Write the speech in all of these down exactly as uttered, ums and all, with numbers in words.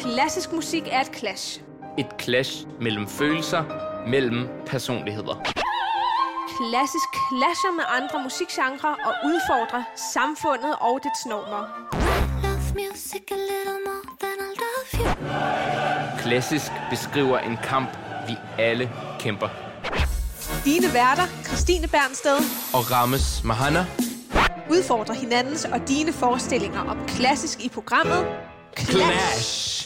klassisk musik er et clash. Et clash mellem følelser, mellem personligheder. Klassisk clasher med andre musikgenrer og udfordrer samfundet og dets normer. Klassisk beskriver en kamp, vi alle kæmper. Dine værter, Christine Bernsted og Rames Mahana, udfordrer hinandens og dine forestillinger om klassisk i programmet Clash. Clash.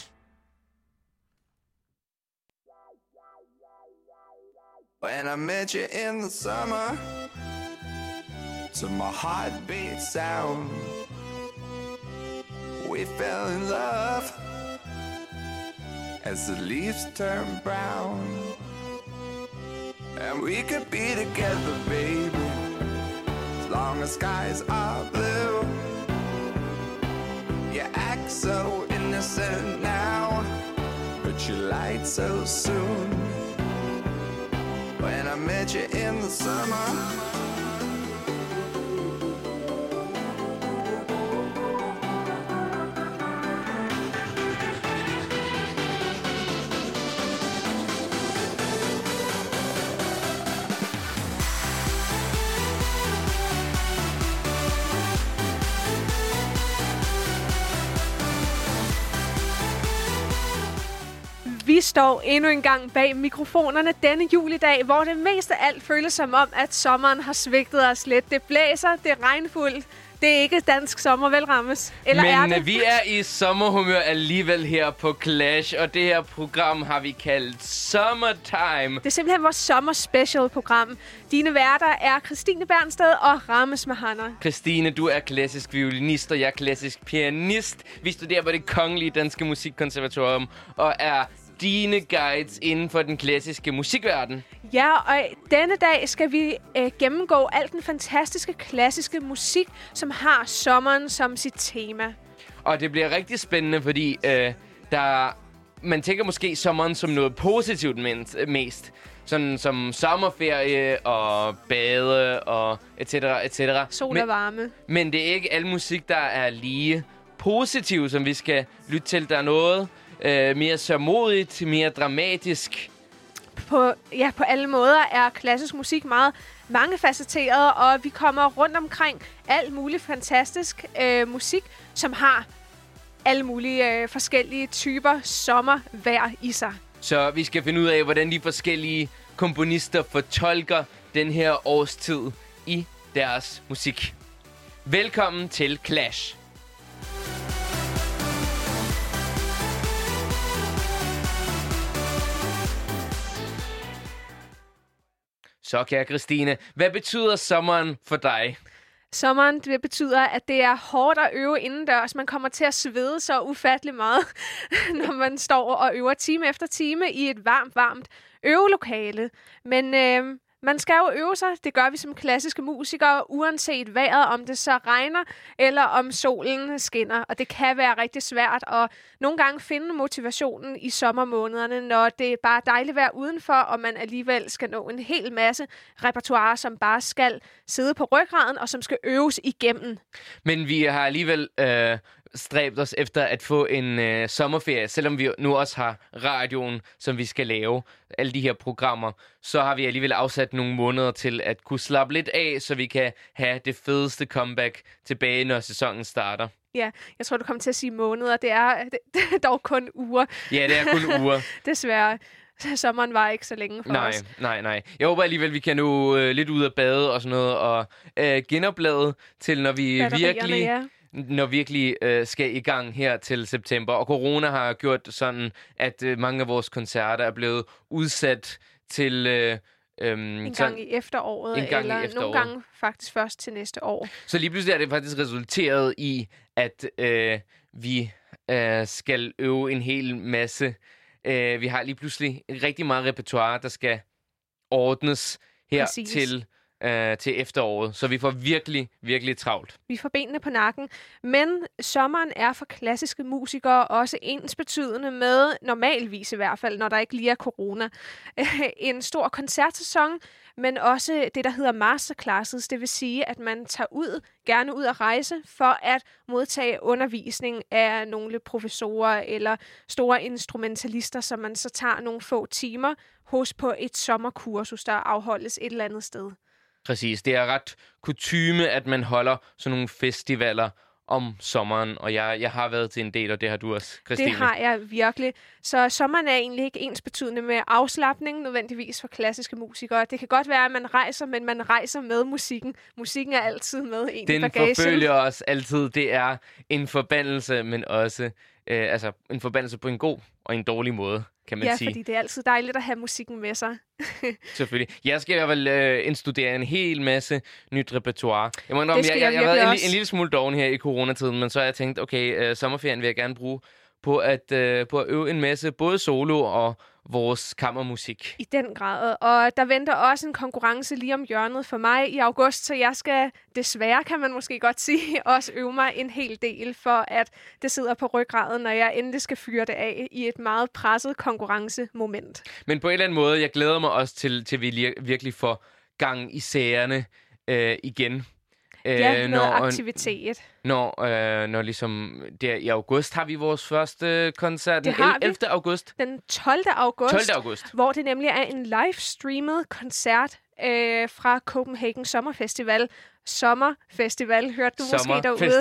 When I met you in the summer, to my heartbeat sound, we fell in love as the leaves turn brown. And we could be together, baby, as long as skies are blue. You act so innocent now, but you lied so soon. When I met you in the summer. Vi står endnu en gang bag mikrofonerne denne juledag, hvor det mest af alt føles som om, at sommeren har svigtet os lidt. Det blæser, det er regnfuldt. Det er ikke dansk sommer, vel, Rammes? Eller Men er det? vi er i sommerhumør alligevel her på Clash, og det her program har vi kaldt Summertime. Det er simpelthen vores sommer-special-program. Dine værter er Christine Bernsted og Rames Mahana. Christine, du er klassisk violinist, og jeg er klassisk pianist. Vi studerer på Det Kongelige Danske Musikkonservatorium og er dine guides inden for den klassiske musikverden. Ja, og denne dag skal vi øh, gennemgå al den fantastiske klassiske musik, som har sommeren som sit tema. Og det bliver rigtig spændende, fordi øh, der, man tænker måske sommeren som noget positivt mest. Sådan som sommerferie og bade og et cetera et cetera. Sol og varme. Men, men det er ikke al musik, der er lige positiv, som vi skal lytte til. Der er noget øh, mere sørgmodigt, mere dramatisk. På, ja, på alle måder er klassisk musik meget mangefacetteret, og vi kommer rundt omkring alt muligt fantastisk øh, musik, som har alle mulige øh, forskellige typer sommervejr i sig. Så vi skal finde ud af, hvordan de forskellige komponister fortolker den her årstid i deres musik. Velkommen til Clash. Så, kære Christine, hvad betyder sommeren for dig? Sommeren, det betyder, at det er hårdt at øve indendørs. Man kommer til at svede så ufattelig meget, når man står og øver time efter time i et varmt, varmt øvelokale. Men øh, man skal jo øve sig. Det gør vi som klassiske musikere, uanset vejret, om det så regner, eller om solen skinner. Og det kan være rigtig svært at nogle gange finde motivationen i sommermånederne, når det er bare dejligt vejr udenfor, og man alligevel skal nå en hel masse repertoire, som bare skal sidde på ryggraden, og som skal øves igennem. Men vi har alligevel øh, stræbt os efter at få en øh, sommerferie, selvom vi nu også har radioen, som vi skal lave, alle de her programmer, så har vi alligevel afsat nogle måneder til at kunne slappe lidt af, så vi kan have det fedeste comeback tilbage, når sæsonen starter. Ja, jeg tror, du kommer til at sige måneder. Det er, det, det er dog kun uger. Ja, det er kun uger. Desværre. Sommeren var ikke så længe for nej, os. Nej, nej. Jeg håber alligevel, vi kan nå øh, lidt ud af bade og sådan noget, og øh, genoplade til, når vi virkelig... Ja. når virkelig øh, skal i gang her til september. Og corona har gjort sådan, at øh, mange af vores koncerter er blevet udsat til... Øh, øhm, en gang sådan, i efteråret, en gang eller i efteråret. nogle gange faktisk først til næste år. Så lige pludselig er det faktisk resulteret i, at øh, vi øh, skal øve en hel masse. Øh, vi har lige pludselig rigtig meget repertoire, der skal ordnes her Præcis. til øh, til efteråret. Så vi får virkelig, virkelig travlt. Vi får benene på nakken. Men sommeren er for klassiske musikere også ensbetydende med, normalvis i hvert fald, når der ikke lige er corona, en stor koncertsæson, men også det, der hedder masterclasses. Det vil sige, at man tager ud, gerne ud at rejse, for at modtage undervisning af nogle professorer eller store instrumentalister, som man så tager nogle få timer hos på et sommerkursus, der afholdes et eller andet sted. Præcis. Det er ret kutyme, at man holder sådan nogle festivaler om sommeren, og jeg, jeg har været til en del, og det har du også, Christine. Det har jeg virkelig. Så sommeren er egentlig ikke ensbetydende med afslapning, nødvendigvis for klassiske musikere. Det kan godt være, at man rejser, men man rejser med musikken. Musikken er altid med en i bagagen. Den forfølger os altid. Det er en forbandelse, men også øh, altså en forbandelse på en god og en dårlig måde, kan man ja, sige. Ja, fordi det er altid dejligt at have musikken med sig. Selvfølgelig. Jeg skal i hvert fald øh, indstudere en hel masse nyt repertoire. Jeg må indrømme, Det skal jeg, jeg, jeg jeg har været en, virkelig en lille smule doven her i coronatiden, men så har jeg tænkt, okay, øh, sommerferien vil jeg gerne bruge på at, øh, på at øve en masse, både solo og vores kammermusik. I den grad. Og der venter også en konkurrence lige om hjørnet for mig i august, så jeg skal desværre, kan man måske godt sige, også øve mig en hel del, for at det sidder på ryggraden, når jeg endelig skal fyre det af i et meget presset konkurrencemoment. Men på en eller anden måde, jeg glæder mig også til, til vi virkelig får gang i sagerne øh, igen. Ja, øh, noget når, aktivitet. Når, øh, når ligesom, der i august har vi vores første koncert, den ellevte august. Den tolvte august. tolvte august. Hvor det nemlig er en livestreamet koncert øh, fra Copenhagen Sommerfestival. Sommerfestival, hørte du måske derude?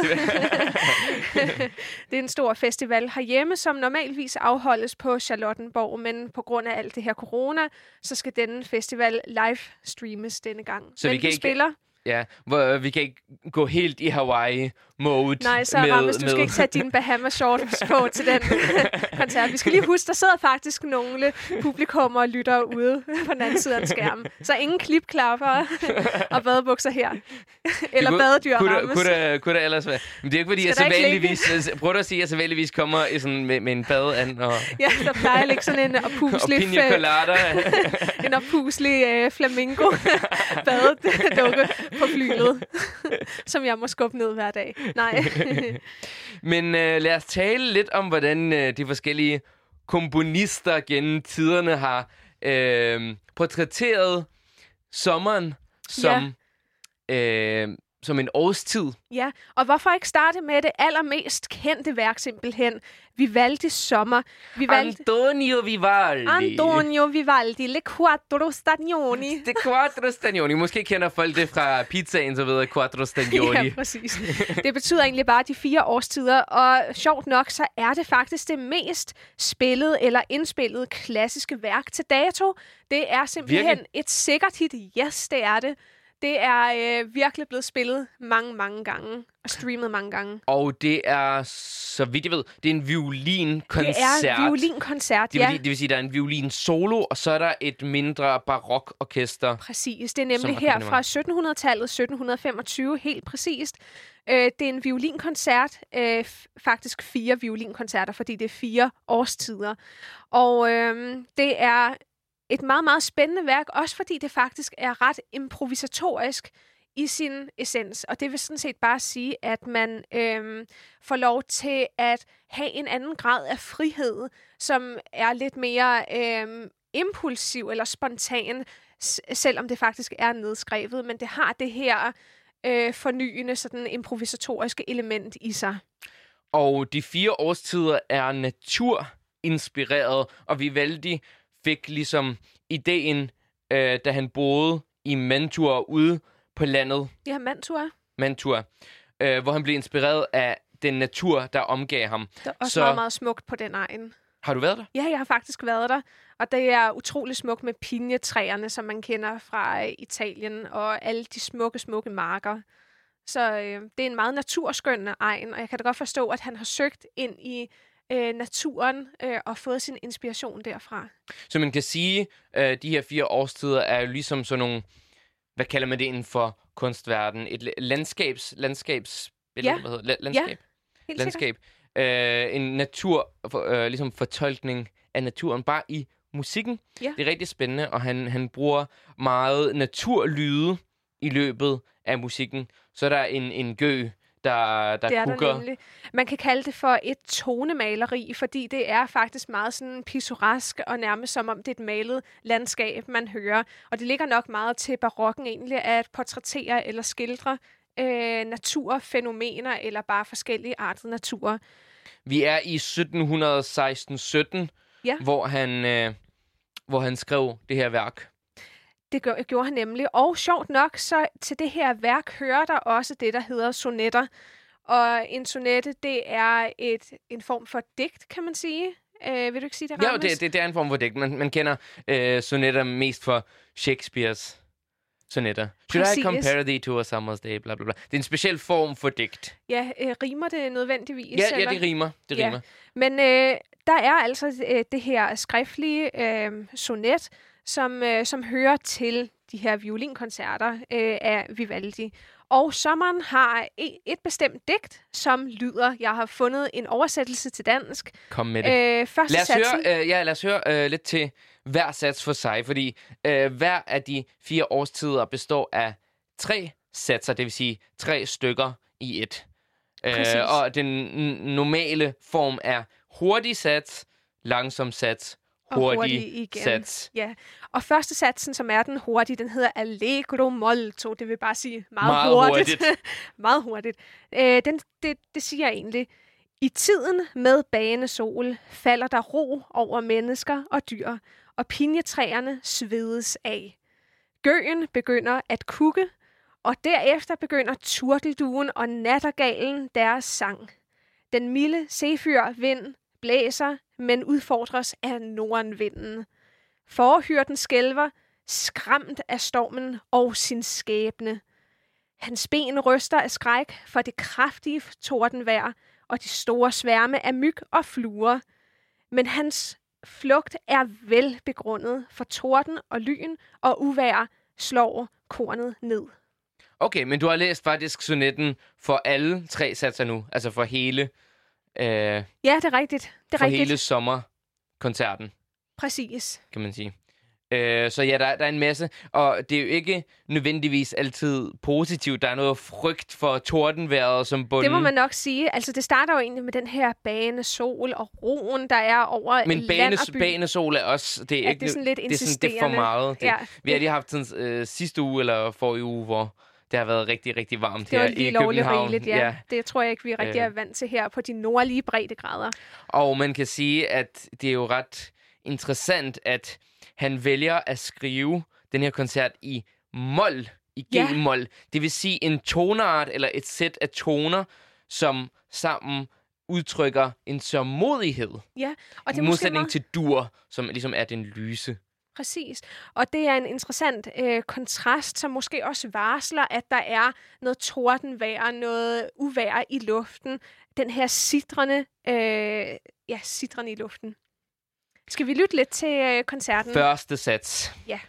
Det er en stor festival herhjemme, som normalvis afholdes på Charlottenborg, men på grund af alt det her corona, så skal denne festival livestreames denne gang. Så men vi kan vi ikke... spiller... Ja, hvor vi kan ikke gå helt i Hawaii-mode. Nej, så med, Rammes, du med... skal ikke tage dine Bahama-shorts på til den koncert. Vi skal lige huske, der sidder faktisk nogle publikummer og lytter ude på den anden side af skærmen. Så ingen klipklapper og badebukser her. Eller kunne, badedyr, kunne Rammes. Kunne der, kunne der ellers være? Men det er ikke fordi, jeg så vanligvis... Prøv at sige, at jeg så vanligvis kommer i sådan med, med en badeand og... Ja, der plejer at ligge sådan en opuslig... og pina colada. en opuslig øh, flamingo badedukke på flyet, som jeg må skubbe ned hver dag. Nej. Men øh, lad os tale lidt om, hvordan øh, de forskellige komponister gennem tiderne har øh, portrætteret sommeren som, ja. øh, som en årstid. Ja, og hvorfor ikke starte med det allermest kendte værk simpelthen? Vivaldis sommer. Vivaldi. Antonio Vivaldi. Antonio Vivaldi. Le Quattro Stagioni. Det Quattro Stagioni. Måske kender folk det fra pizzaen, så ved jeg, Quattro Stagioni. Ja, præcis. Det betyder egentlig bare de fire årstider, og sjovt nok, så er det faktisk det mest spillede eller indspillede klassiske værk til dato. Det er simpelthen Virkelig? et sikkert hit. Yes, det er det. Det er øh, virkelig blevet spillet mange, mange gange og streamet mange gange. Og det er, så vidt jeg ved, det er en violinkoncert. Det er en violinkoncert, det ja. Vil, det vil sige, at der er en violinsolo, og så er der et mindre barokorkester. Præcis. Det er nemlig her fra syttenhundredetallet, sytten femogtyve, helt præcist. Øh, det er en violinkoncert. Øh, faktisk fire violinkoncerter, fordi det er fire årstider. Og øh, det er... et meget, meget spændende værk, også fordi det faktisk er ret improvisatorisk i sin essens. Og det vil sådan set bare sige, at man øhm, får lov til at have en anden grad af frihed, som er lidt mere øhm, impulsiv eller spontan, s- selvom det faktisk er nedskrevet. Men det har det her øh, fornyende, sådan improvisatoriske element i sig. Og de fire årstider er naturinspireret, og Vivaldi fik ligesom ideen, øh, da han boede i Mantua ude på landet. Ja, Mantua. Mantua. Øh, hvor han blev inspireret af den natur, der omgav ham. Det er også Så... meget, meget smukt på den egen. Har du været der? Ja, jeg har faktisk været der. Og det er utrolig smukt med pinjetræerne, som man kender fra Italien, og alle de smukke, smukke marker. Så øh, det er en meget naturskønne egen, og jeg kan da godt forstå, at han har søgt ind i øh, naturen øh, og fået sin inspiration derfra. Så man kan sige, at øh, de her fire årstider er jo ligesom sådan nogle, hvad kalder man det inden for kunstverden? Et landskabs... landskabs ja. Hvad hedder det? Landskab. Ja, helt landskab. Øh, en natur, for, øh, ligesom fortolkning af naturen, bare i musikken. Ja. Det er rigtig spændende, og han, han bruger meget naturlyde i løbet af musikken. Så er der en, en gø, der, der Det er kukker. der nemlig. Man kan kalde det for et tonemaleri, fordi det er faktisk meget sådan pittoresk og nærmest som om det er et malet landskab, man hører. Og det ligger nok meget til barokken egentlig at portrættere eller skildre øh, naturfænomener eller bare forskellige artede naturer. Vi er i sytten seksten sytten, Ja. hvor, han, øh, hvor han skrev det her værk. Det gør, gjorde han nemlig. Og sjovt nok, så til det her værk hører der også det, der hedder sonetter. Og en sonette, det er et, en form for digt, kan man sige. Øh, vil du ikke sige det, Ja, Rasmus? det, det, det er en form for digt. Man, man kender øh, sonetter mest for Shakespeares sonetter. Should Præcis. I compare thee to a summer's day? Bla, bla, bla. Det er en speciel form for digt. Ja, øh, rimer det nødvendigvis? Ja, ja, eller? det rimer. Det Ja. rimer. Men øh, der er altså øh, det her skriftlige øh, sonet, som, øh, som hører til de her violinkoncerter øh, af Vivaldi. Og sommeren har et, et bestemt digt, som lyder, jeg har fundet en oversættelse til dansk. Kom med det. Øh, første Lad os satsen. høre, øh, ja, lad os høre øh, lidt til hver sats for sig, fordi øh, hver af de fire årstider består af tre satser, det vil sige tre stykker i et. Præcis. Øh, og den n- normale form er hurtig sats, langsom sats, Og hurtig, hurtig igen. sats. Ja, og første satsen, som er den hurtige, den hedder Allegro molto. Det vil bare sige meget, Meget hurtigt. hurtigt. meget hurtigt. Øh, den, det, det siger egentlig, i tiden med bagende sol falder der ro over mennesker og dyr, og pinjetræerne svedes af. Gøen begynder at kukke, og derefter begynder turtelduen og nattergalen deres sang. Den milde sefyr vind blæser, men udfordres af nordenvinden. Forhyrten skælver, skræmt af stormen og sin skæbne. Hans ben ryster af skræk for det kraftige tordenvejr og de store sværme af myg og fluer. Men hans flugt er velbegrundet, for torden og lyn og uvejr slår kornet ned. Okay, men du har læst faktisk sonetten for alle tre satser nu, altså for hele, øh, Ja, det er rigtigt. Det er for rigtigt. hele sommerkoncerten, Præcis. kan man sige. Øh, så ja, der, der er en masse, og det er jo ikke nødvendigvis altid positivt. Der er noget frygt for tordenvejret som bunden. Det må man nok sige. Altså, det starter jo egentlig med den her bane sol og roen, der er over Men land bane, og by. banesol er også... Det er, Ja, ikke, det er sådan lidt det er, sådan, det er for insisterende. meget. Det, Ja, vi har det- lige haft sådan, øh, sidste uge eller forrige uge, hvor det har været rigtig, rigtig varmt Det var her lige i lovligt København. rigeligt, ja. ja. Det tror jeg ikke, vi rigtig Øh. er vant til her på de nordlige breddegrader. Og man kan sige, at det er jo ret interessant, at han vælger at skrive den her koncert i mol, i Ja. G-mol. Det vil sige en toneart eller et sæt af toner, som sammen udtrykker en sørmodighed. Ja, og det I er måske modsætning meget... til dur, som ligesom er den lyse. Præcis. Og det er en interessant øh, kontrast, som måske også varsler, at der er noget tordenvejr, noget uvejr i luften. Den her sidrende, øh, ja, sidrende i luften. Skal vi lytte lidt til øh, koncerten? Første sats. Ja.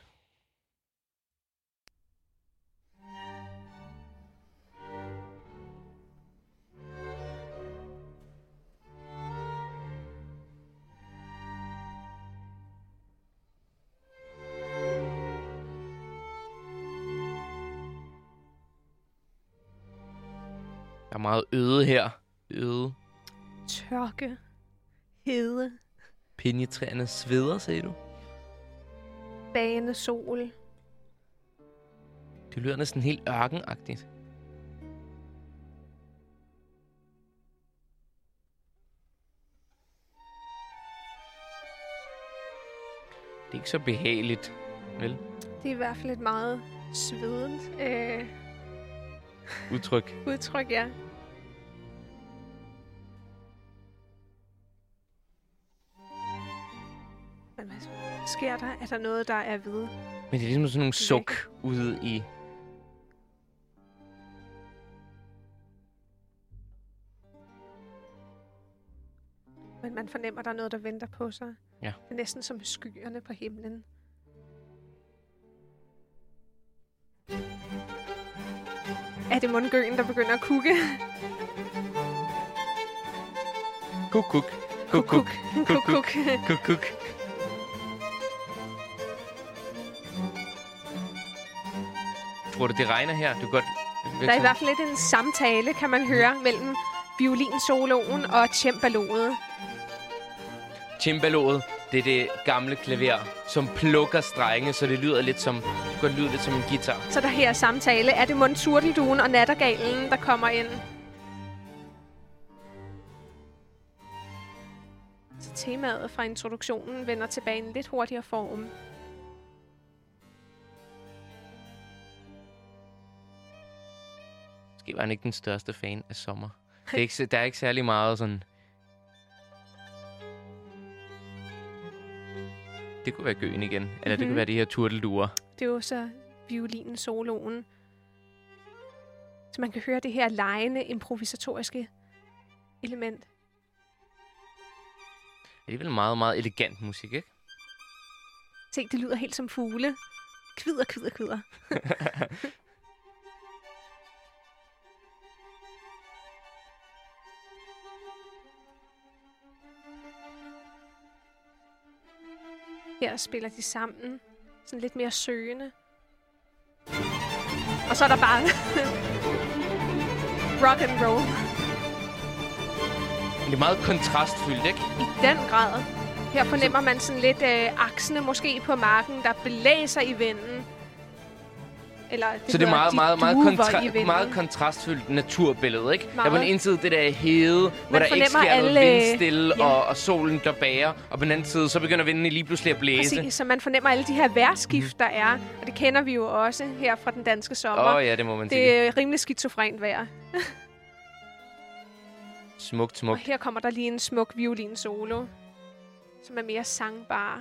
Der er meget øde her. Øde. Tørke, hede, Pinjetræerne sveder, sagde du? bane, sol. Det lyder næsten helt ørkenagtigt. Det er ikke så behageligt, vel? Det er i hvert fald et meget svedent øh, Udtryk. udtryk, ja. Men hvad sker der? Er der noget, der er ved? Men det er ligesom sådan nogle suk ude i... Men man fornemmer, der er noget, der venter på sig. Ja. Det er næsten som skyerne på himlen. Er det mundgøen, der begynder at kukke? Kuk, kuk. Kuk, kuk. Kuk, kuk. Kuk, kuk. Tror du, det regner her? Du kan godt... Der er i hvert fald lidt en samtale, kan man høre, mellem violinsoloen og cembaloet. Cembaloet, det er det gamle klaver, som plukker strenge, så det lyder lidt som, det kan godt lyde lidt som en guitar. Så der her samtale. Er det mon turtelduen og nattergalen, der kommer ind? Så temaet fra introduktionen vender tilbage i en lidt hurtigere form. Måske var han ikke den største fan af sommer. Det er ikke, der er ikke særlig meget sådan... Det kunne være Gøen igen. Eller mm-hmm. det kunne være de her turtelduer. Det er jo så violinen, soloen. Så man kan høre det her legende, improvisatoriske element. Det er vel meget, meget elegant musik, ikke? Se, det lyder helt som fugle. Kvider, kvider, kvider. Her spiller de sammen. Sådan lidt mere søgende. Og så er der bare rock and roll. Det er meget kontrastfyldt, ikke? I den grad. Her fornemmer man sådan lidt øh, aksene måske på marken, der blæser i vinden. Eller det så det er meget, de meget, meget, kontra- i meget kontrastfyldt naturbillede, ikke? Meget. Der er på den ene side det der hede, man hvor der ikke sker alle... noget vindstille, ja. og, og solen der bager. Og på den anden side, så begynder vinden lige pludselig at blæse. Præcis, så man fornemmer alle de her vejrskift, der er. Og det kender vi jo også her fra den danske sommer. Åh oh, ja, det må man det sige. Det er rimelig skizofrent vejr. Smukt, smukt. Og her kommer der lige en smuk violinsolo, som er mere sangbar.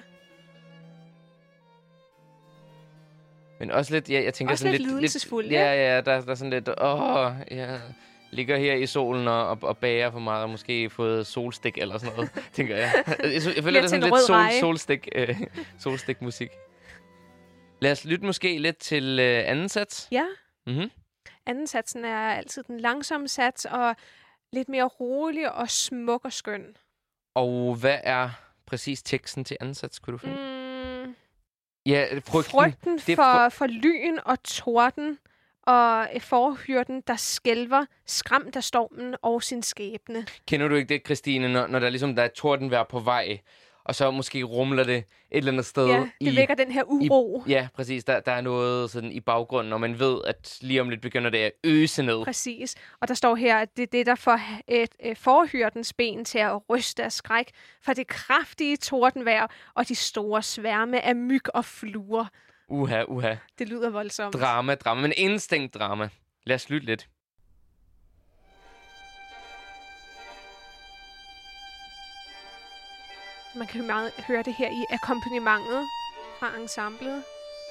Men også lidt, ja, jeg tænker også sådan lidt lidt... lidelsesfuld, lidt, ja. Ja, ja, der, der er sådan lidt, åh, jeg ligger her i solen og, og, og bager for meget, og måske fået solstik eller sådan noget, tænker jeg. Jeg, jeg, jeg føler, det er sådan lidt sol, solstik, øh, solstik-musik. Lad os lytte måske lidt til øh, anden sats. Ja. Mm-hmm. Anden satsen er altid den langsomme sats, og lidt mere rolig og smuk og skøn. Og hvad er præcis teksten til anden sats, kunne du finde? Mm. Ja, frygten. Frygten det for, fr- for lyn og torden, og forhyrden, der skælver, skræmt af stormen og sin skæbne. Kender du ikke det, Christine, når, når der ligesom der er tordenvejr på vej, og så måske rumler det et eller andet sted? Ja, det i, vækker den her uro. I, ja, præcis. Der, der er noget sådan i baggrunden, og man ved, at lige om lidt begynder det at øse ned. Præcis. Og der står her, at det er det, der får et, et forhyrdens ben til at ryste af skræk for det kraftige tordenvejr og de store sværme af myg og fluer. Uha, uha. Det lyder voldsomt. Drama, drama, men instinkt drama. Lad os lytte lidt. Man kan meget høre det her i akkompagnementet fra ensemblet.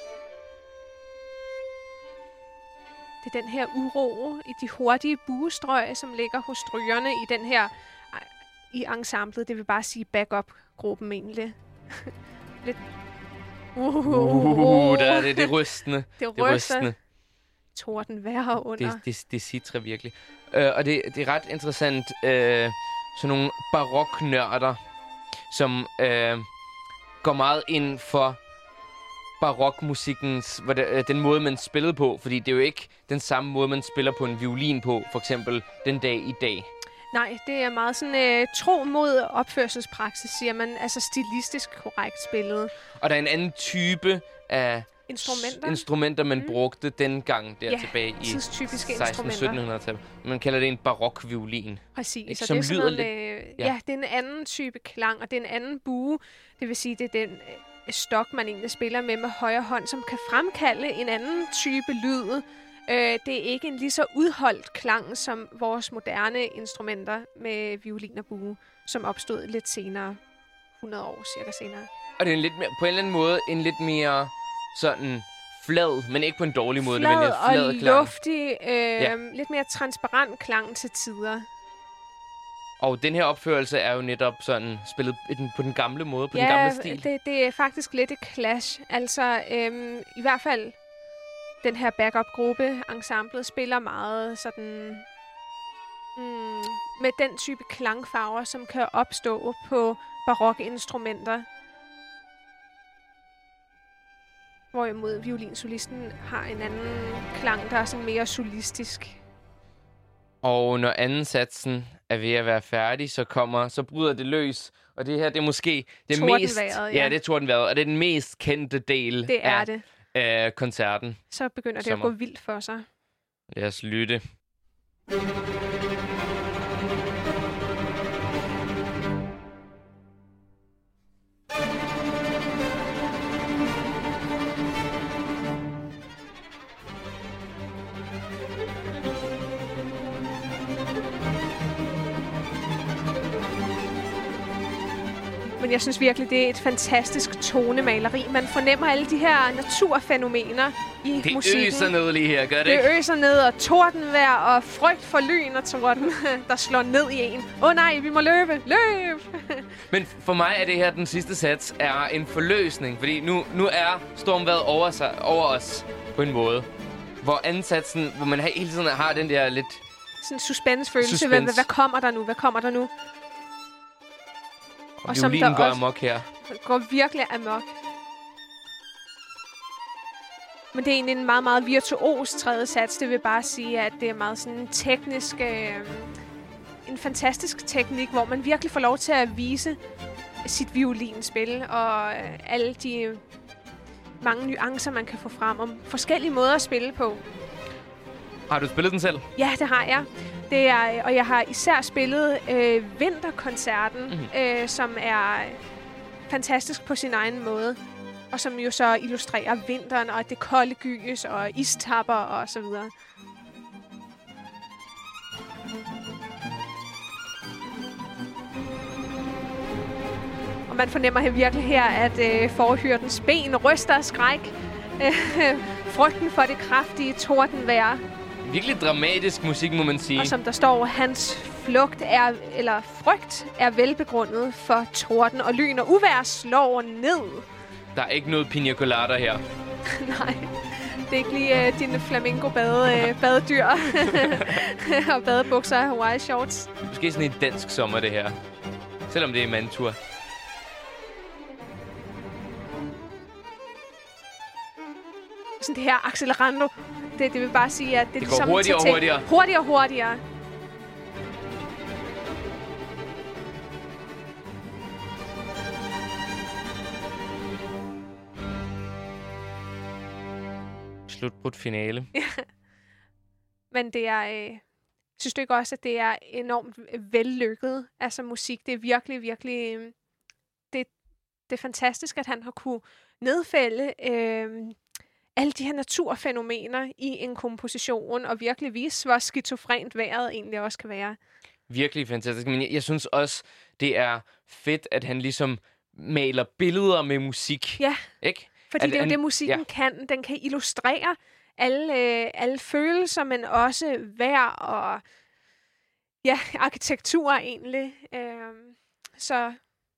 Det er den her uro i de hurtige buestrøg, som ligger hos strygerne i den her i ensemblet. Det vil bare sige backup-gruppen egentlig. Lidt Uh, uh, uh, der er det, det rystende. Det, det rystende. Torden vejr under. Det, det, det citrer virkelig. Uh, og det, det er ret interessant. Uh, sådan nogle baroknørder, som uh, går meget ind for barokmusikkens, den måde, man spillede på. Fordi det er jo ikke den samme måde, man spiller på en violin på, for eksempel den dag i dag. Nej, det er meget sådan øh, tro mod opførselspraksis, siger man. Altså stilistisk korrekt spillet. Og der er en anden type af instrumenter, instrumenter man mm. brugte dengang der ja, tilbage i seksten sytten hundrede-tallet. Man kalder det en barokviolin. Præcis. Ikke? Og som det er lyder noget lidt... med, ja. ja, det er en anden type klang, og det er en anden bue. Det vil sige, det er den øh, stok, man egentlig spiller med med højre hånd, som kan fremkalde en anden type lyd. Øh, det er ikke en lige så udholdt klang som vores moderne instrumenter med violin og bue, som opstod lidt senere, hundrede år cirka senere. Og det er en lidt mere, på en eller anden måde en lidt mere sådan flad, men ikke på en dårlig måde, flad men en flad og klang. luftig, øh, ja. lidt mere transparent klang til tider. Og den her opførelse er jo netop sådan spillet på den gamle måde, på ja, den gamle stil. Det, det er faktisk lidt et clash. Altså, øhm, i hvert fald den her backup-gruppe, ensemblet, spiller meget sådan mm, med den type klangfarver, som kan opstå på barokke instrumenter. Hvorimod violinsolisten har en anden klang, der er sådan mere solistisk. Og når anden satsen er ved at være færdig, så kommer, så bryder det løs. Og det her, det er måske det mest... Ja. ja, det er tordenværet, og det er den mest kendte del det er af, det. af koncerten. Så begynder det Sommer. at gå vildt for sig. Lad os lytte. Men jeg synes virkelig, det er et fantastisk tonemaleri. Man fornemmer alle de her naturfænomener i det musikken. Det øser ned lige her, gør det, det ikke? Det øser ned, og tordenvejr, og frygt for lyn og torden, der slår ned i en. Åh oh, nej, vi må løbe! Løb! Men for mig er det her, den sidste sats, er en forløsning. Fordi nu, nu er stormvejret over, sig, over os på en måde. Hvor anden satsen, hvor man hele tiden har den der lidt... Sådan en suspense-følelse. Suspense. Hvad, hvad kommer der nu? Hvad kommer der nu? Og, og violinen går amok her. Går virkelig amok. Men det er egentlig en meget, meget virtuos tredje sats. Det vil bare sige, at det er meget sådan teknisk... Øh, en fantastisk teknik, hvor man virkelig får lov til at vise sit violinspil og øh, alle de mange nuancer, man kan få frem om forskellige måder at spille på. Har du spillet den selv? Ja, det har jeg. Det er, og jeg har især spillet øh, Vinterkoncerten, mm-hmm. øh, som er fantastisk på sin egen måde. Og som jo så illustrerer vinteren og det kolde gys og istapper og så videre. Og man fornemmer virkelig her, at øh, forhyrdens ben ryster af skræk. Frygten for det kraftige tordenvejr. Virkelig dramatisk musik, må man sige. Og som der står, hans flugt er, eller frygt er velbegrundet for torden, og lyn og uvejr slår ned. Der er ikke noget pina colada her. Nej, det er ikke lige uh, dine flamingo-bade, uh, badedyr og badebukser og Hawaii shorts. Måske sådan en dansk sommer, det her. Selvom det er mandtur. Sådan det her accelerando. Det, det vil bare sige, at det, det er går ligesom hurtigere og hurtigere. Hurtigere og hurtigere. Slutbrudt finale. Men det er... Øh, synes du ikke også, at det er enormt vellykket? Altså musik, det er virkelig, virkelig... Øh, det, det er fantastisk, at han har kunne nedfælde... Øh, alle de her naturfænomener i en komposition, og virkelig vise, hvor skizofrent vejret egentlig også kan være. Virkelig fantastisk. Men jeg, jeg synes også, det er fedt, at han ligesom maler billeder med musik. Ja, ikke? fordi at det er jo han, det, musikken ja. kan. Den kan illustrere alle, øh, alle følelser, men også vejr og ja, arkitektur egentlig. Øhm, så...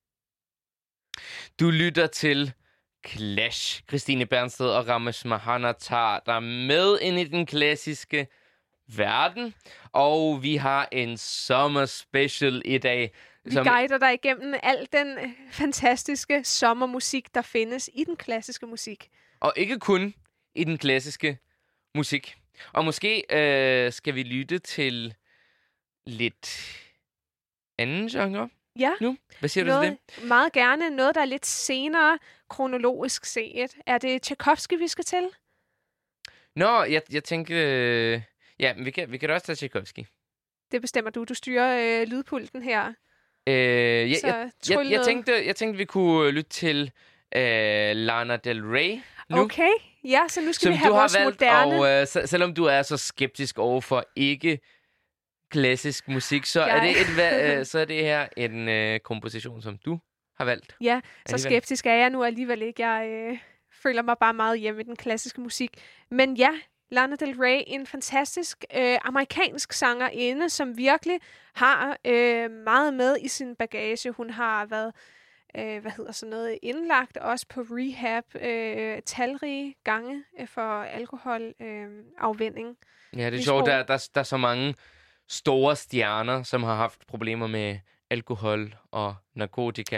Du lytter til Clash. Christine Bernsted og Ramesh Mahana tager dig med ind i den klassiske verden. Og vi har en sommer special i dag. Vi som... guider dig igennem al den fantastiske sommermusik, der findes i den klassiske musik. Og ikke kun i den klassiske musik. Og måske øh, skal vi lytte til lidt anden genre. Ja. Nu? Hvad siger noget, du til det? Meget gerne. Noget, der er lidt senere kronologisk set. Er det Tchaikovsky, vi skal til? Nå, jeg, jeg tænker... Øh, ja, vi kan, vi kan da også tage Tchaikovsky. Det bestemmer du. Du styrer øh, lydpulten her. Øh, jeg, Så jeg, jeg, jeg, tænkte, jeg tænkte, vi kunne lytte til øh, Lana Del Rey nu. Okay, ja, så nu skal som vi have du har vores valgt, moderne... Og øh, så, selvom du er så skeptisk over for ikke klassisk musik, så, jeg... er, det et, øh, så er det her en øh, komposition, som du har valgt. Ja, så skeptisk er jeg nu alligevel ikke. Jeg øh, føler mig bare meget hjemme i den klassiske musik. Men ja, Lana Del Rey, en fantastisk øh, amerikansk sangerinde, som virkelig har øh, meget med i sin bagage. Hun har været, øh, hvad hedder sådan noget, indlagt også på rehab øh, talrige gange øh, for alkoholafvænning. Øh, ja, det er sjovt, der, der, der er så mange store stjerner, som har haft problemer med alkohol og narkotika.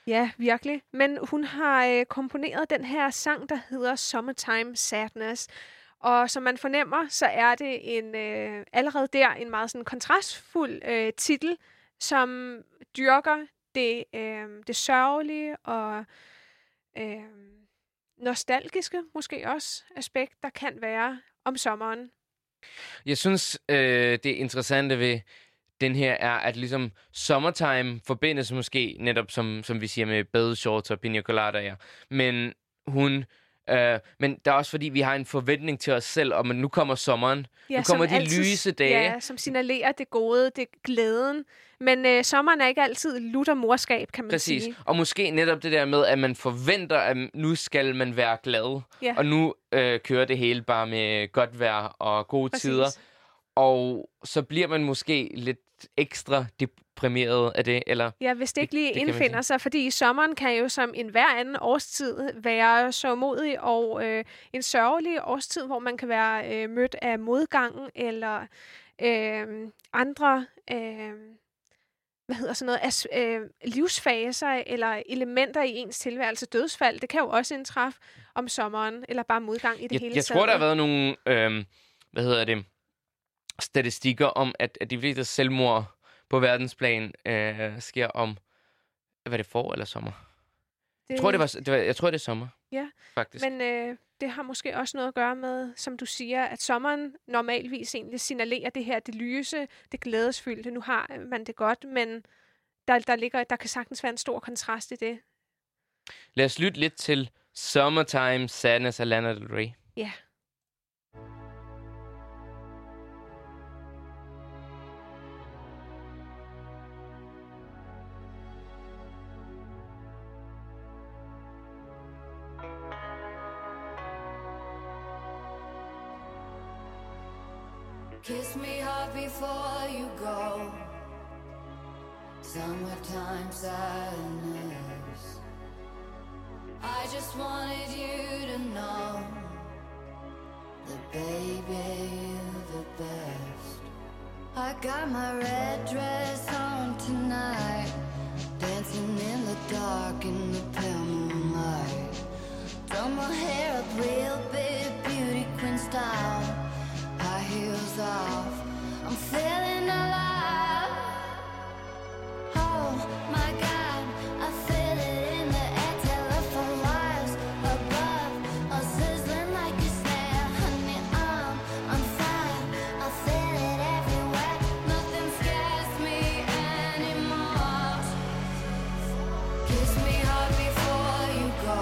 Ja, virkelig. Men hun har øh, komponeret den her sang, der hedder Summertime Sadness. Og som man fornemmer, så er det en øh, allerede der en meget sådan kontrastfuld øh, titel, som dyrker det, øh, det sørgelige og øh, nostalgiske måske også aspekt, der kan være om sommeren. Jeg synes, øh, det interessante ved den her er, at ligesom summertime forbindes måske netop, som, som vi siger, med badeshorts og pina coladaer. Men hun... Øh, men der er også fordi, vi har en forventning til os selv, om at nu kommer sommeren. Ja, nu kommer de altid, lyse dage. Ja, som signalerer det gode, det glæden. Men øh, sommeren er ikke altid lutter morskab, kan man Præcis. sige. Og måske netop det der med, at man forventer, at nu skal man være glad. Ja. Og nu øh, kører det hele bare med godt vejr og gode Præcis. tider. Og så bliver man måske lidt ekstra deprimeret af det, eller... Ja, hvis det ikke lige det, det indfinder sig, fordi sommeren kan jo som en hver anden årstid være så modig og øh, en sørgelig årstid, hvor man kan være øh, mødt af modgangen eller øh, andre øh, hvad hedder sådan noget, as, øh, livsfaser eller elementer i ens tilværelse, dødsfald. Det kan jo også indtræffe om sommeren, eller bare modgang i det jeg, hele jeg taget. Jeg tror, der har været nogle, øh, hvad hedder det, statistikker om, at, at de fleste selvmord på verdensplan øh, sker om, hvad er det, forår eller sommer? Det... Jeg tror, det var, det var, jeg tror, det er sommer. Ja, faktisk. Men øh, det har måske også noget at gøre med, som du siger, at sommeren normalvis egentlig signalerer det her, det lyse, det glædesfyldte. Nu har man det godt, men der, der, ligger, der kan sagtens være en stor kontrast i det. Lad os lytte lidt til Summertime Sadness af Lana Del Rey. Ja. Kiss me hard before you go. Summertime sadness. I just wanted you to know that baby, you're the best. I got my red dress on tonight, dancing in the dark in the pale moonlight. Done my hair up real big, beauty queen style. High heels off, I'm feeling alive. Oh my God, I feel it in the air. Telephone wires above, all sizzling like a snare. Honey, I'm on fire, I feel it everywhere. Nothing scares me anymore. Kiss me hard before you go.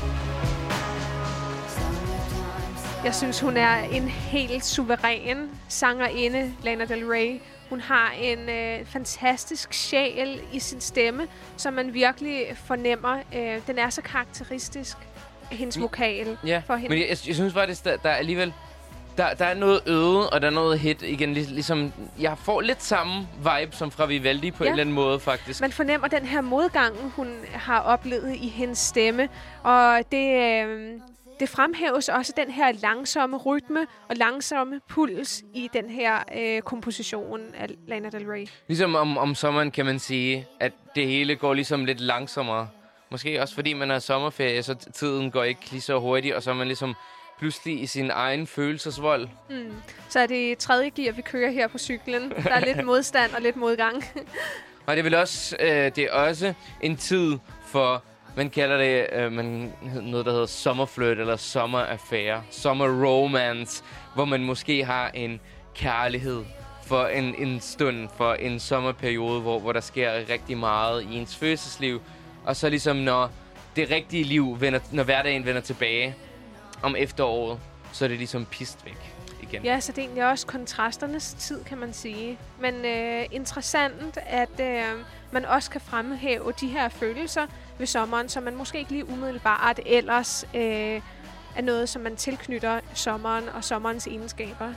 Jeg synes, hun er en helt suveræn sangerinde, Lana Del Rey. Hun har en øh, fantastisk sjæl i sin stemme, som man virkelig fornemmer. Øh, den er så karakteristisk, hendes vokal ja, for hende. Men jeg, jeg synes faktisk, der, der er alligevel... Der, der er noget øde, og der er noget hit igen. Ligesom, jeg får lidt samme vibe som fra Vivaldi på ja. en eller anden måde, faktisk. Man fornemmer den her modgang, hun har oplevet i hendes stemme. Og det... Øh, Det fremhæves også den her langsomme rytme og langsomme puls i den her øh, komposition af Lana Del Rey. Ligesom om, om sommeren kan man sige, at det hele går ligesom lidt langsommere. Måske også fordi man har sommerferie, så tiden går ikke lige så hurtigt, og så er man ligesom pludselig i sin egen følelsesvold. Mm. Så er det tredje gear, vi kører her på cyklen. Der er lidt modstand og lidt modgang. Og det er vel også, øh, det er også en tid for... Man kalder det øh, man, noget, der hedder sommerflirt eller sommeraffære. Summer romance, hvor man måske har en kærlighed for en, en stund, for en sommerperiode, hvor, hvor der sker rigtig meget i ens følelsesliv. Og så ligesom når det rigtige liv, vender, når hverdagen vender tilbage om efteråret, så er det ligesom pist væk igen. Ja, så det er egentlig også kontrasternes tid, kan man sige. Men øh, interessant, at øh, man også kan fremhæve de her følelser ved sommeren, som man måske ikke lige umiddelbart ellers øh, er noget, som man tilknytter sommeren og sommerens egenskaber.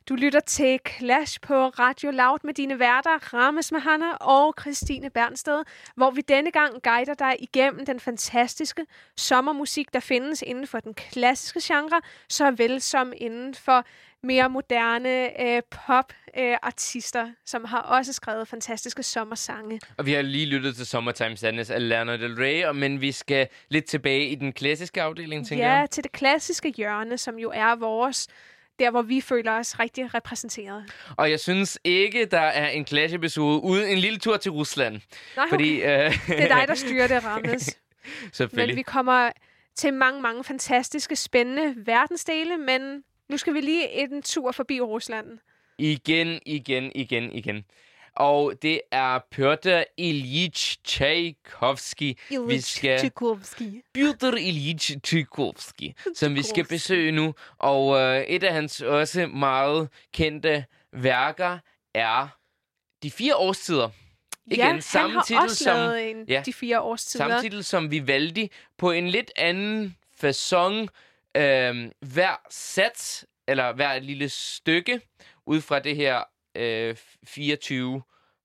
Du lytter til Clash på Radio Loud med dine værter, Rames Mahana og Christine Bernsted, hvor vi denne gang guider dig igennem den fantastiske sommermusik, der findes inden for den klassiske genre, såvel som inden for mere moderne øh, pop-artister, øh, som har også skrevet fantastiske sommersange. Og vi har lige lyttet til Summertime Sadness af Lana Del Rey, men vi skal lidt tilbage i den klassiske afdeling, tænker Ja, jeg. til det klassiske hjørne, som jo er vores, der hvor vi føler os rigtig repræsenteret. Og jeg synes ikke, der er en Clash-episode uden en lille tur til Rusland. Nej, Fordi, okay. øh... Det er dig, der styrer det, Rammes. Selvfølgelig. Men vi kommer til mange, mange fantastiske, spændende verdensdele, men nu skal vi lige en tur forbi Rusland. Igen, igen, igen, igen. Og det er Pyotr Ilyich Tchaikovsky. Vi skal... Tchaikovsky. Pyotr Ilyich Tchaikovsky, som vi skal besøge nu. Og øh, et af hans også meget kendte værker er De fire årstider. Ja, Igen, samme han har titel også som, lavet en, ja, De fire årstider. samme titel som Vivaldi, på en lidt anden facon. Øh, hver sats, eller hver lille stykke, ud fra det her øh, fireogtyve,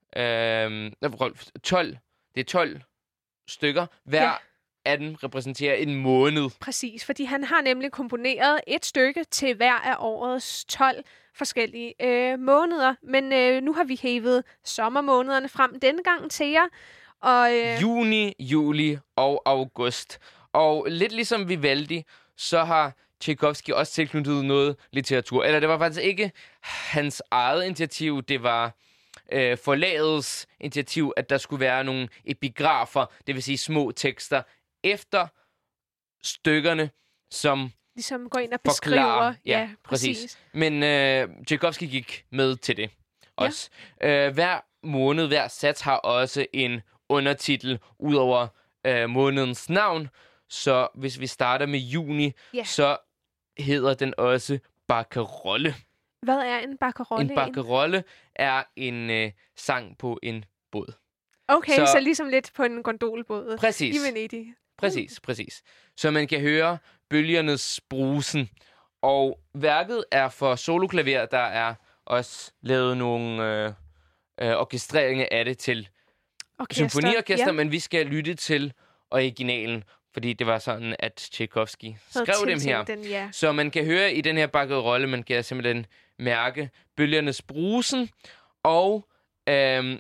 øh, tolv, det er tolv stykker. Hver Ja. af dem repræsenterer en måned. Præcis, fordi han har nemlig komponeret et stykke til hver af årets tolv forskellige øh, måneder. Men øh, nu har vi hævet sommermånederne frem denne gang til jer. Og, øh, Juni, juli og august. Og lidt ligesom Vivaldi, så har Tchaikovsky også tilknyttet noget litteratur. Eller det var faktisk ikke hans eget initiativ, det var øh, forlagets initiativ, at der skulle være nogle epigrafer, det vil sige små tekster, efter stykkerne, som ligesom går ind og forklarer. beskriver. Ja, Ja, præcis. præcis. Men øh, Tchaikovsky gik med til det også. Ja. Øh, hver måned, hver sats har også en undertitel ud over øh, månedens navn. Så hvis vi starter med juni, Ja. så hedder den også Barcarolle. Hvad er en barcarolle? En barcarolle er en øh, sang på en båd. Okay, Så- så, så ligesom lidt på en gondolbåd Præcis. i Venedig. Præcis, præcis. Så man kan høre bølgernes brusen. Og værket er for soloklaver, der er også lavet nogle øh, øh, orkestreringer af det til Orkester. symfoniorkester, Ja. men vi skal lytte til originalen, fordi det var sådan, at Tchaikovsky Havde skrev dem her. tiltænkt Den, ja. Så man kan høre i den her barcarolle, man kan simpelthen mærke bølgernes brusen, og øhm,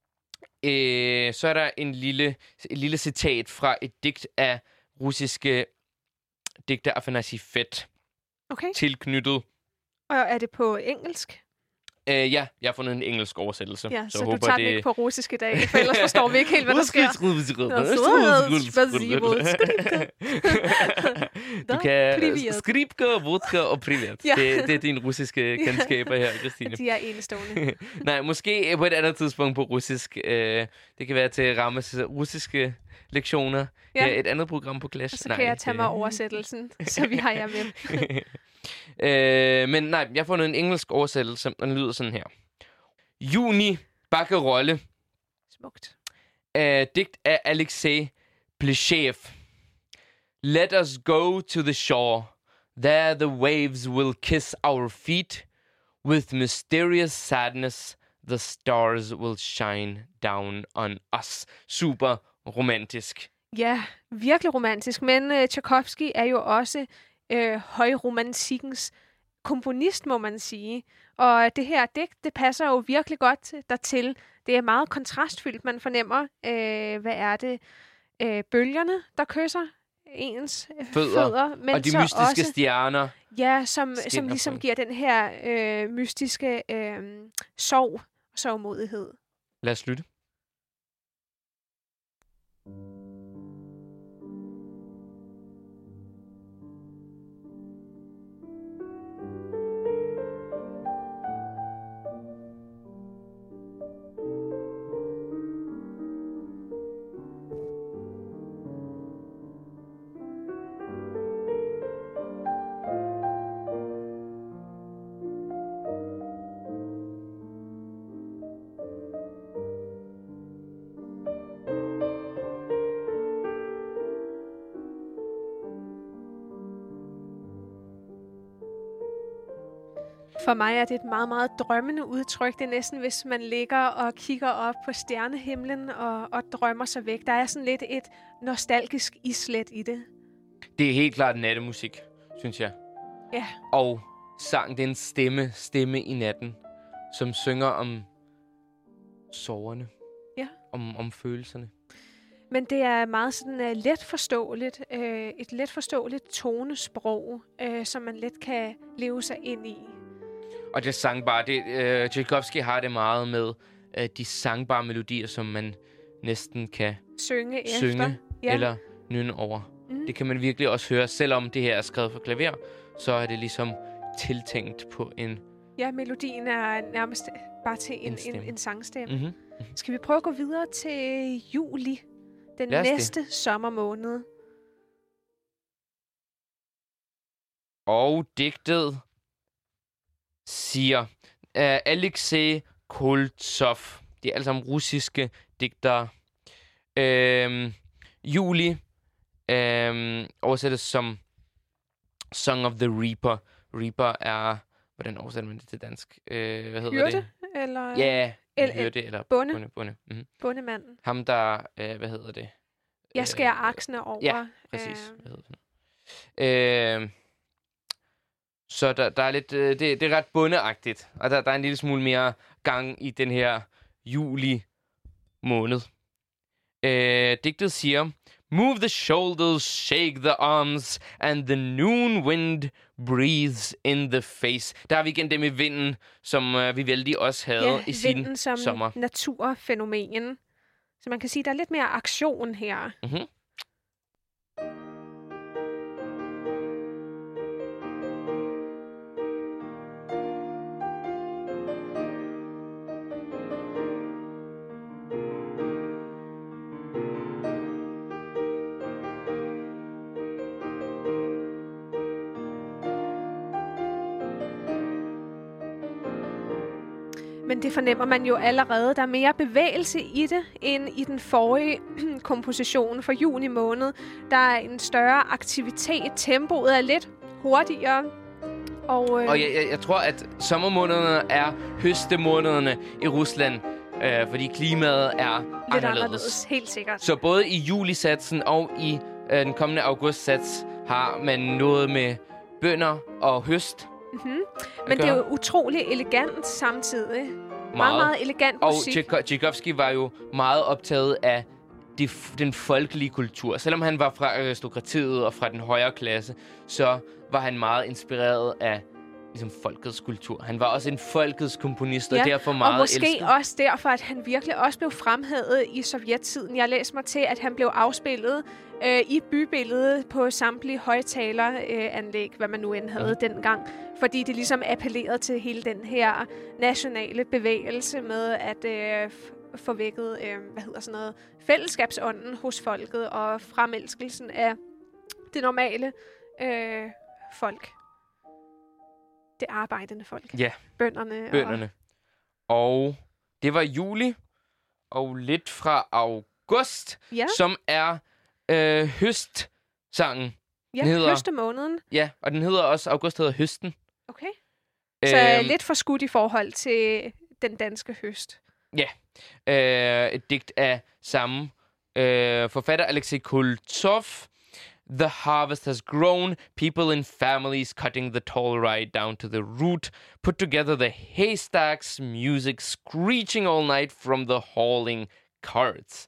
øh, så er der en lille, et lille citat fra et digt af russiske digter Afanasij Fett Okay, tilknyttet. og er det på engelsk? Øh, ja, jeg har fundet en engelsk oversættelse. Ja, så, så håber, du tager det... den ikke på russisk i dag, for ellers forstår vi ikke helt, hvad der sker. Du kan Привет. skripka, vodka og privat. Ja. Det, det er dine russiske kendskaber her, Christine. De er enestående. Nej, måske på et andet tidspunkt på russisk. Øh, det kan være til Rammes russiske lektioner. Ja. Ja. Et andet program på Clash. Og så kan jeg tage mig det- oversættelsen, så vi har jer med. øh, men nej, jeg har fundet en engelsk oversættelse, og den lyder sådan her. Juni, Barcarolle, Smukt. uh, digt af Alexei Pleshev. Let us go to the shore. There the waves will kiss our feet. With mysterious sadness, the stars will shine down on us. Super romantisk. Ja, virkelig romantisk. Men uh, Tchaikovsky er jo også uh, højromantikkens komponist, må man sige. Og det her digt, det passer jo virkelig godt dertil. Det er meget kontrastfyldt. Man fornemmer, uh, hvad er det? Uh, bølgerne, der kysser ens øh, Fødder. fødder. Men Og de så mystiske også, stjerner. ja, som, skinner som på ligesom en. giver den her øh, mystiske øh, sorg og sørgmodighed. Lad os lytte. For mig er det et meget, meget drømmende udtryk. Det er næsten, hvis man ligger og kigger op på stjernehimlen og, og drømmer sig væk. Der er sådan lidt et nostalgisk islet i det. Det er helt klart nattemusik, synes jeg. Ja. Og sang, det er en stemme, stemme i natten, som synger om sorgerne. Ja. Om, om følelserne. Men det er meget sådan uh, let forståeligt. Uh, et let forståeligt tonesprog, uh, som man let kan leve sig ind i. Og det sangbare, det, øh, Tchaikovsky har det meget med øh, de sangbare melodier, som man næsten kan Synge efter. synge Ja. eller nynne over. Mm. Det kan man virkelig også høre, selvom det her er skrevet for klaver, så er det ligesom tiltænkt på en... Ja, melodien er nærmest bare til en, En en, stemme. en, en sangstemme. Mm-hmm. Skal vi prøve at gå videre til juli? Den Lad os det. næste sommermåned. Og digtet siger uh, Alexei Koltsov. De er alle sammen russiske digtere. Uh, juli uh, oversættes som Song of the Reaper. Reaper er... Hvordan oversætter man det til dansk? Uh, hvad hedder Hyrde? det? Eller Ja, El- hyrde eller bonde. bonde. bonde. Mm-hmm. bondemanden? Ham, der... Uh, hvad hedder det? Jeg skærer Øh, aksene over. ja, Præcis. Øh, Hvad hedder det nu? Øh, så der, der er lidt, øh, det, det er ret bundeagtigt, og der, der er en lille smule mere gang i den her juli måned. Øh, digtet siger, Move the shoulders, shake the arms, and the noon wind breathes in the face. Der har vi igen det med vinden, som øh, Vivaldi også havde ja, i sin vinden som sommer. naturfænomen. Så man kan sige, at der er lidt mere aktion her. Mm-hmm. Men det fornemmer man jo allerede. Der er mere bevægelse i det, end i den forrige komposition for juni måned. Der er en større aktivitet. Tempoet er lidt hurtigere. Og, øh, Og jeg, jeg, jeg tror, at sommermånederne er høstemånederne i Rusland, øh, fordi klimaet er lidt anderledes. anderledes. Helt sikkert. Så både i julisatsen og i øh, den kommende augustsats har man noget med bønder og høst. Mm-hmm. Men det er jo utrolig elegant samtidig. Meget, meget, meget elegant og musik. Tchaikovsky Tchaikovsky var jo meget optaget af de, den folkelige kultur. Selvom han var fra aristokratiet og fra den højere klasse, så var han meget inspireret af ligesom folkets kultur. Han var også en folkets komponist, ja, og derfor meget og måske elsket. også derfor, at han virkelig også blev fremhævet i sovjettiden. Jeg læste mig til, at han blev afspillet øh, i bybilledet på samtlige højtaleranlæg, øh, hvad man nu end havde mm. dengang. Fordi det ligesom appellerede til hele den her nationale bevægelse med at øh, få vækket, øh, hvad hedder sådan noget, fællesskabsånden hos folket og fremelskelsen af det normale øh, folk. Det arbejdende folk. Ja. Bønderne. Bønderne. Og... og det var juli, og lidt fra august, ja. som er øh, høstsangen. Ja, hedder, høstemåneden. Ja, og den hedder også, august hedder høsten. Okay. Så øhm, lidt for skudt i forhold til den danske høst. Ja. Øh, et digt af samme øh, forfatter, Alexei Koltsov. The harvest has grown, people in families cutting the tall rye down to the root, put together the haystacks, music screeching all night from the hauling carts.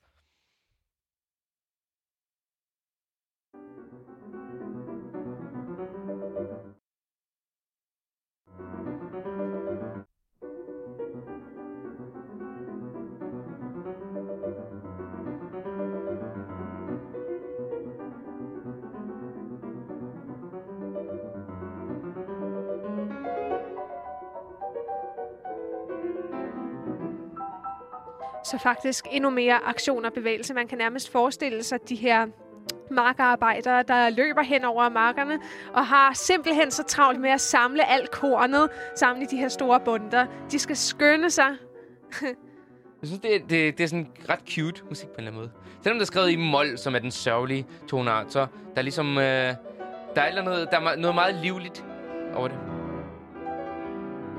Så faktisk endnu mere aktion og bevægelse. Man kan nærmest forestille sig de her markarbejdere, der løber hen over markerne og har simpelthen så travlt med at samle alt kornet sammen i de her store bundter. De skal skynde sig. Jeg synes, det er, det, det er sådan ret cute musik på en eller anden måde. Selvom det er skrevet i mol, som er den sørgelige tonart, så der er ligesom... Øh, der er, noget, der er noget meget livligt over det.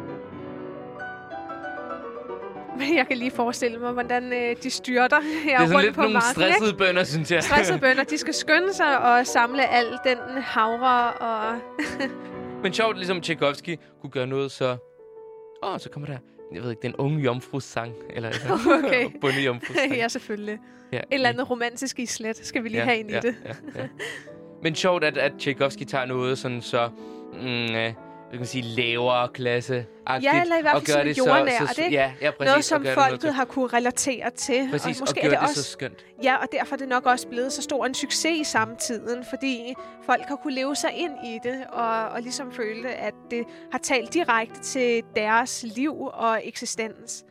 Jeg kan lige forestille mig, hvordan øh, de styrter her Det er sådan rundt lidt på nogle marken, stressede ikke? bønder, synes jeg. Stressede bønder, de skal skynde sig og samle al den havre og... Men sjovt, ligesom Tchaikovsky kunne gøre noget, så... Åh, oh, så kommer der, jeg ved ikke, den unge jomfrus sang. Eller Okay. bondejomfrus sang. Ja, selvfølgelig. Ja. Et eller andet romantisk islet skal vi lige Ja, have ind ja, i det. Ja, ja. Men sjovt, at, at Tchaikovsky tager noget sådan så... Mm, øh, hvad kan man sige, lavere klasse. Ja, eller i hvert fald sådan jordnært, ikke? Ja, ja, præcis. Noget, som og folket noget, har kunne relatere til. præcis, og måske og er gøre det, det også, så skønt. Ja, og derfor er det nok også blevet så stor en succes i samtiden, fordi folk har kunne leve sig ind i det, og, og ligesom føle, at det har talt direkte til deres liv og eksistens.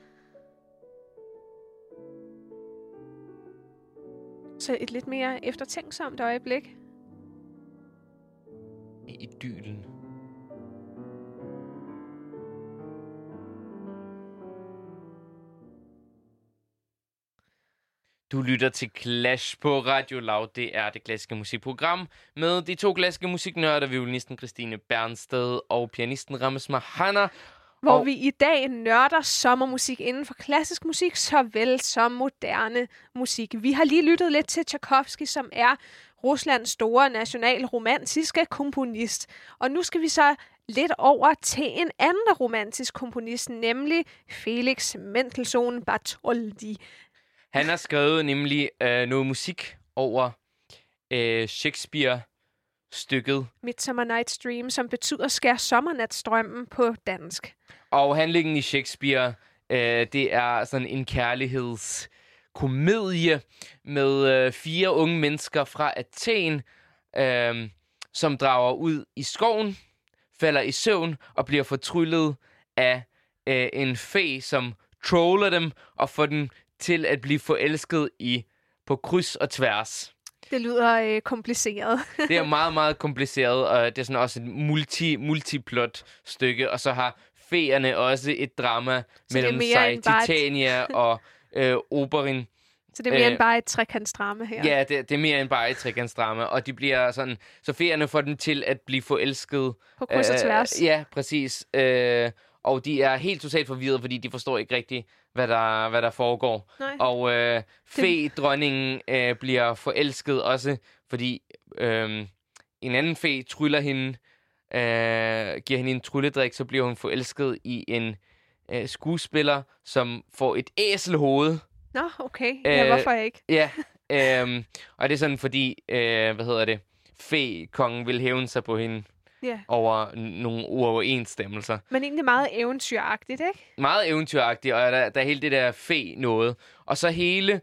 Så et lidt mere eftertænksomt øjeblik. Idyllen. Du lytter til Clash på Radio Loud. Det er det klassiske musikprogram med de to klassiske musiknørder, violinisten Christine Bernsted og pianisten Rames Mahana. Hvor og vi i dag nørder sommermusik inden for klassisk musik, såvel som moderne musik. Vi har lige lyttet lidt til Tchaikovsky, som er Ruslands store nationalromantiske komponist. Og nu skal vi så lidt over til en anden romantisk komponist, nemlig Felix Mendelssohn Bartholdy. Han har skrevet nemlig øh, noget musik over øh, Shakespeare-stykket. Midsummer Night's Dream, som betyder skær sommernatsdrømmen på dansk. Og handlingen i Shakespeare, øh, det er sådan en kærlighedskomedie med øh, fire unge mennesker fra Athen, øh, som drager ud i skoven, falder i søvn og bliver fortryllet af øh, en fe, som troller dem og får dem til at blive forelsket i på kryds og tværs. Det lyder øh, kompliceret. Det er meget, meget kompliceret, og det er sådan også et multi, multiplot stykke, og så har feerne også et drama så mellem sig, Titania og øh, Oberyn. Så det er mere øh, end bare et trekantsdrama her. Ja, det, det er mere end bare et trekantsdrama, og de bliver sådan, så feerne får dem til at blive forelsket. På kryds og tværs. Øh, ja, præcis. Øh, og de er helt totalt forvirret, fordi de forstår ikke rigtigt, hvad der, hvad der foregår. Nej. Og øh, fe-dronningen øh, bliver forelsket også, fordi øh, en anden fe tryller hende, øh, giver hende en trylledrik, så bliver hun forelsket i en øh, skuespiller, som får et æselhoved. Nå, okay. Ja, Øh, hvorfor ikke? Ja, øh, og det er sådan, fordi, øh, hvad hedder det, fe-kongen vil hævne sig på hende. Ja. Over n- nogle uoverensstemmelser. Men egentlig meget eventyragtigt, ikke? Meget eventyragtigt, og der, der er hele det der fe noget. Og så hele,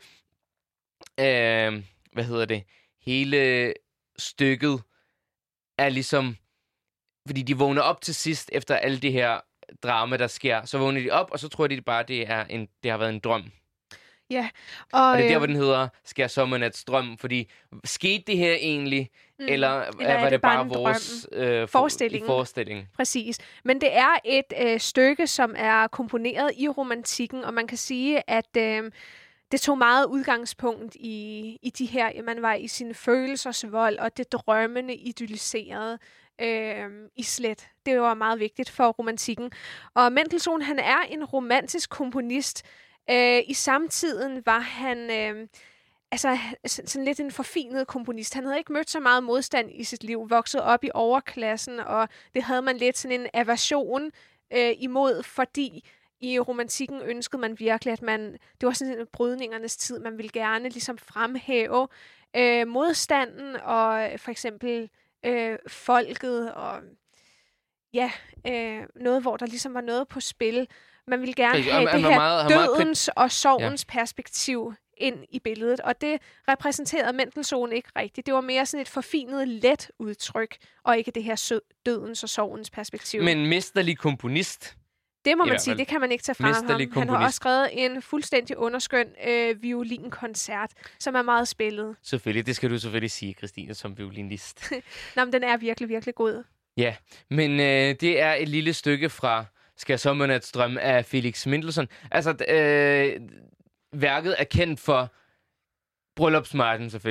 øh, hvad hedder det, hele stykket er ligesom, fordi de vågner op til sidst efter alle det her drama, der sker. Så vågner de op, og så tror de bare, det er en, det har været en drøm. Ja. Og, Og det er der, øh, hvor den hedder Skær sommernats drøm, fordi skete det her egentlig, mm, eller, eller var er det, det bare bare en vores øh, for, Forestillingen. forestilling? Præcis. Men det er et øh, stykke, som er komponeret i romantikken, og man kan sige, at øh, det tog meget udgangspunkt i, i de her, man var i sin følelsesvold, og det drømmende, idylliserede øh, islet. Det var meget vigtigt for romantikken. Og Mendelssohn, han er en romantisk komponist. Øh, I samtiden var han øh, altså, sådan lidt en forfinet komponist. Han havde ikke mødt så meget modstand i sit liv, vokset op i overklassen, og det havde man lidt sådan en aversion øh, imod, fordi i romantikken ønskede man virkelig, at man, det var sådan en brydningernes tid, man ville gerne ligesom fremhæve øh, modstanden, og for eksempel øh, folket, og ja, øh, noget, hvor der ligesom var noget på spil. Man ville gerne Præcis, have og han det var her meget- han var meget dødens og sorgens ja. perspektiv ind i billedet, og det repræsenterede Mendelssohn ikke rigtigt. Det var mere sådan et forfinet, let udtryk, og ikke det her sød, dødens og sorgens perspektiv. Men mesterlig komponist. Det må I man hvert sige, fald. det kan man ikke tage fra ham. Mesterlig Han har komponist. også skrevet en fuldstændig underskøn øh, violinkoncert, som er meget spillet. Selvfølgelig, det skal du selvfølgelig sige, Christine, som violinist. Nå, men den er virkelig, virkelig god. Ja, men øh, det er et lille stykke fra Skær sommernats drøm af Felix Mendelssohn. Altså, øh, værket er kendt for bryllupsmarchen, selvfølgelig. Det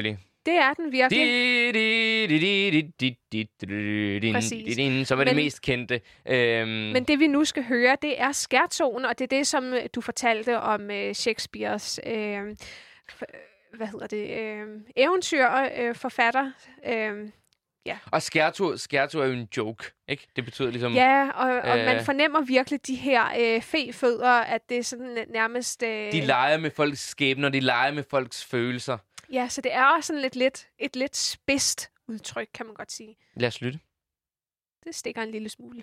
Det er den virkelig. Di, di, di, di, di, di, di, di, Præcis. di, di, som er det Men- mest kendte. Øhm, Men det, vi nu skal høre, det er skærtonen, og det er det, som øh, du fortalte om øh, Shakespeares øh, f- hvad hedder det, øh, eventyr øh, forfatter. Øh, og skærtur, skærtur er jo en joke, ikke? Det betyder ligesom... ja, og, og øh, man fornemmer virkelig de her øh, fe-fødder, at det er sådan nærmest... Øh, De leger med folks skæbner, de leger med folks følelser. ja, så det er også sådan lidt, lidt, et lidt spidst udtryk, kan man godt sige. Lad os lytte. Det stikker en lille smule.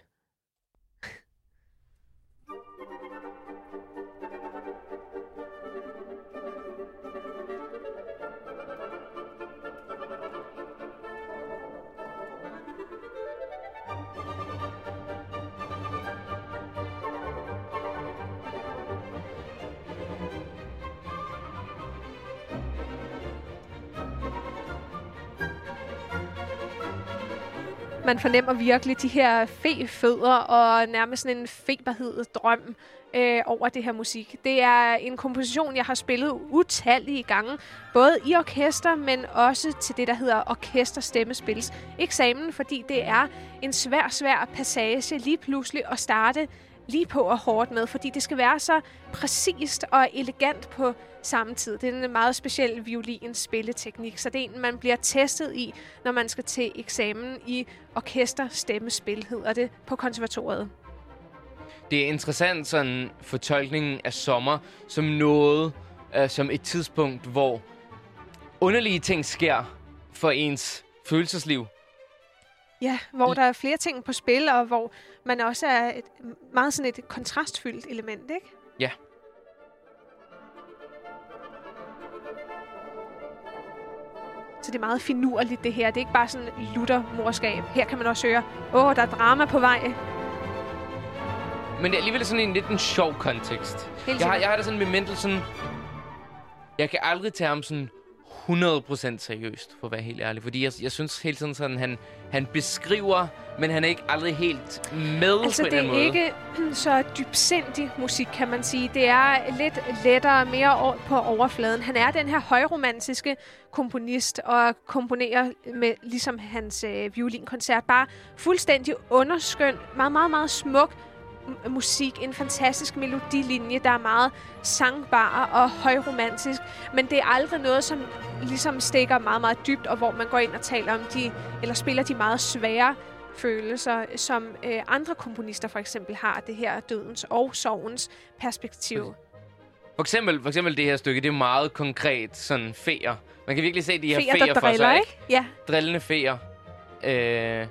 Man fornemmer virkelig de her fe-fødder og nærmest sådan en feberhed drøm øh, over det her musik. Det er en komposition, jeg har spillet utallige gange, både i orkester, men også til det, der hedder orkesterstemmespils eksamen, fordi det er en svær, svær passage lige pludselig at starte lige på og hårdt med, fordi det skal være så præcist og elegant på samme tid. Det er en meget speciel violin-spilleteknik, så det er en, man bliver testet i, når man skal til eksamen i orkesterstemmespil, hedder det, på konservatoriet. Det er interessant sådan fortolkningen af sommer som noget, uh, som et tidspunkt, hvor underlige ting sker for ens følelsesliv. Ja, hvor der er flere ting på spil, og hvor man også er et meget sådan et kontrastfyldt element, ikke? Ja. Så det er meget finurligt, det her. Det er ikke bare sådan luttermorskab. Her kan man også høre, åh, der er drama på vej. Men det er alligevel sådan en lidt en sjov kontekst. Helt Jeg har, sikkert. jeg har det sådan med Mendel sådan... Jeg kan aldrig tage ham sådan hundrede procent seriøst, for at være helt ærlig. Fordi jeg, jeg synes hele tiden sådan, han, han beskriver, men han er ikke aldrig helt med Altså, på en det eller er anden måde. ikke så dybsindig musik, kan man sige. Det er lidt lettere, mere over, på overfladen. Han er den her højromantiske komponist, og komponerer med, ligesom hans øh, violinkoncert, bare fuldstændig underskøn, meget, meget, meget smuk m- musik. En fantastisk melodilinje, der er meget sangbar og højromantisk. Men det er aldrig noget, som ligesom stikker meget, meget dybt, og hvor man går ind og taler om de, eller spiller de meget svære følelser, som øh, andre komponister for eksempel har, det her dødens og sorgens perspektiv. For eksempel, for eksempel det her stykke, det er meget konkret sådan feer. Man kan virkelig se de her Feer, feer der for driller, sig, ikke? Ja. Drillende feer. Øh,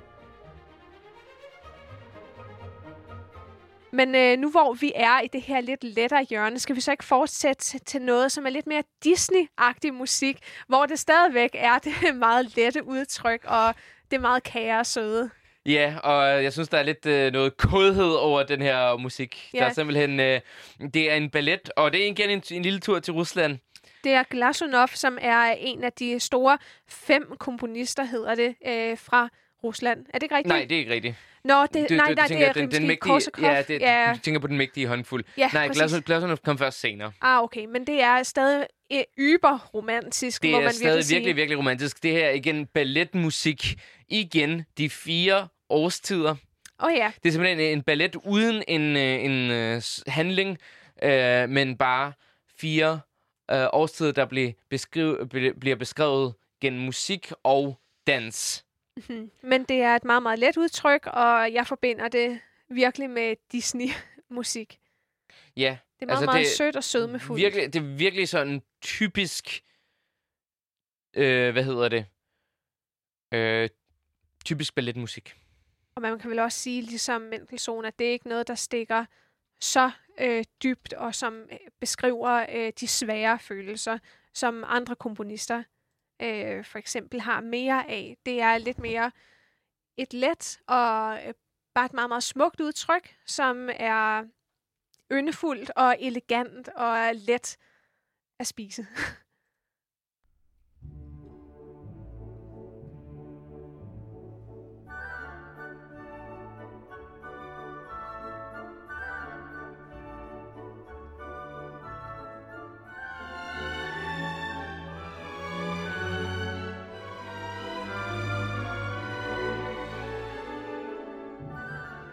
Men øh, nu hvor vi er i det her lidt lettere hjørne, skal vi så ikke fortsætte til, til noget, som er lidt mere Disney-agtig musik, hvor det stadigvæk er det meget lette udtryk, og det er meget kære og søde. ja, og jeg synes, der er lidt øh, noget kodhed over den her musik. Ja. Der er simpelthen... Øh, det er en ballet, og det er igen en, en lille tur til Rusland. Det er Glazunov, som er en af de store fem komponister, hedder det, øh, fra Rusland. Er det ikke rigtigt? Nej, det er ikke rigtigt. Nå, det, Du- nej, du- du nej, det tænker, er den- den Rimsky-Korsakov. Ja, det, ja. du tænker på den mægtige håndfuld. Ja, Nej, præcis. Glazunov Glazunov kom først senere. Ah, okay, men det er stadig øh, yber-romantisk, Det må er man stadig virkelig virkelig, sige. virkelig romantisk. Det her er igen balletmusik. Igen de fire årstider. Åh oh, ja, Det er simpelthen en ballet uden en, øh, en øh, s- handling, øh, men bare fire øh, årstider, der bliver, beskriv, bliver beskrevet gennem musik og dans. men det er et meget, meget let udtryk, og jeg forbinder det virkelig med Disney-musik. Ja, Det er meget, Altså, altså, meget det- sødt og sødmefuldt. virkelig, det er virkelig sådan typisk, øh, hvad hedder det, øh, typisk balletmusik. Og man kan vel også sige, ligesom Mendelssohn, at det er ikke noget, der stikker så øh, dybt, og som øh, beskriver øh, de svære følelser, som andre komponister øh, for eksempel har mere af. Det er lidt mere et let og øh, bare et meget, meget smukt udtryk, som er yndefuldt og elegant og er let at spise.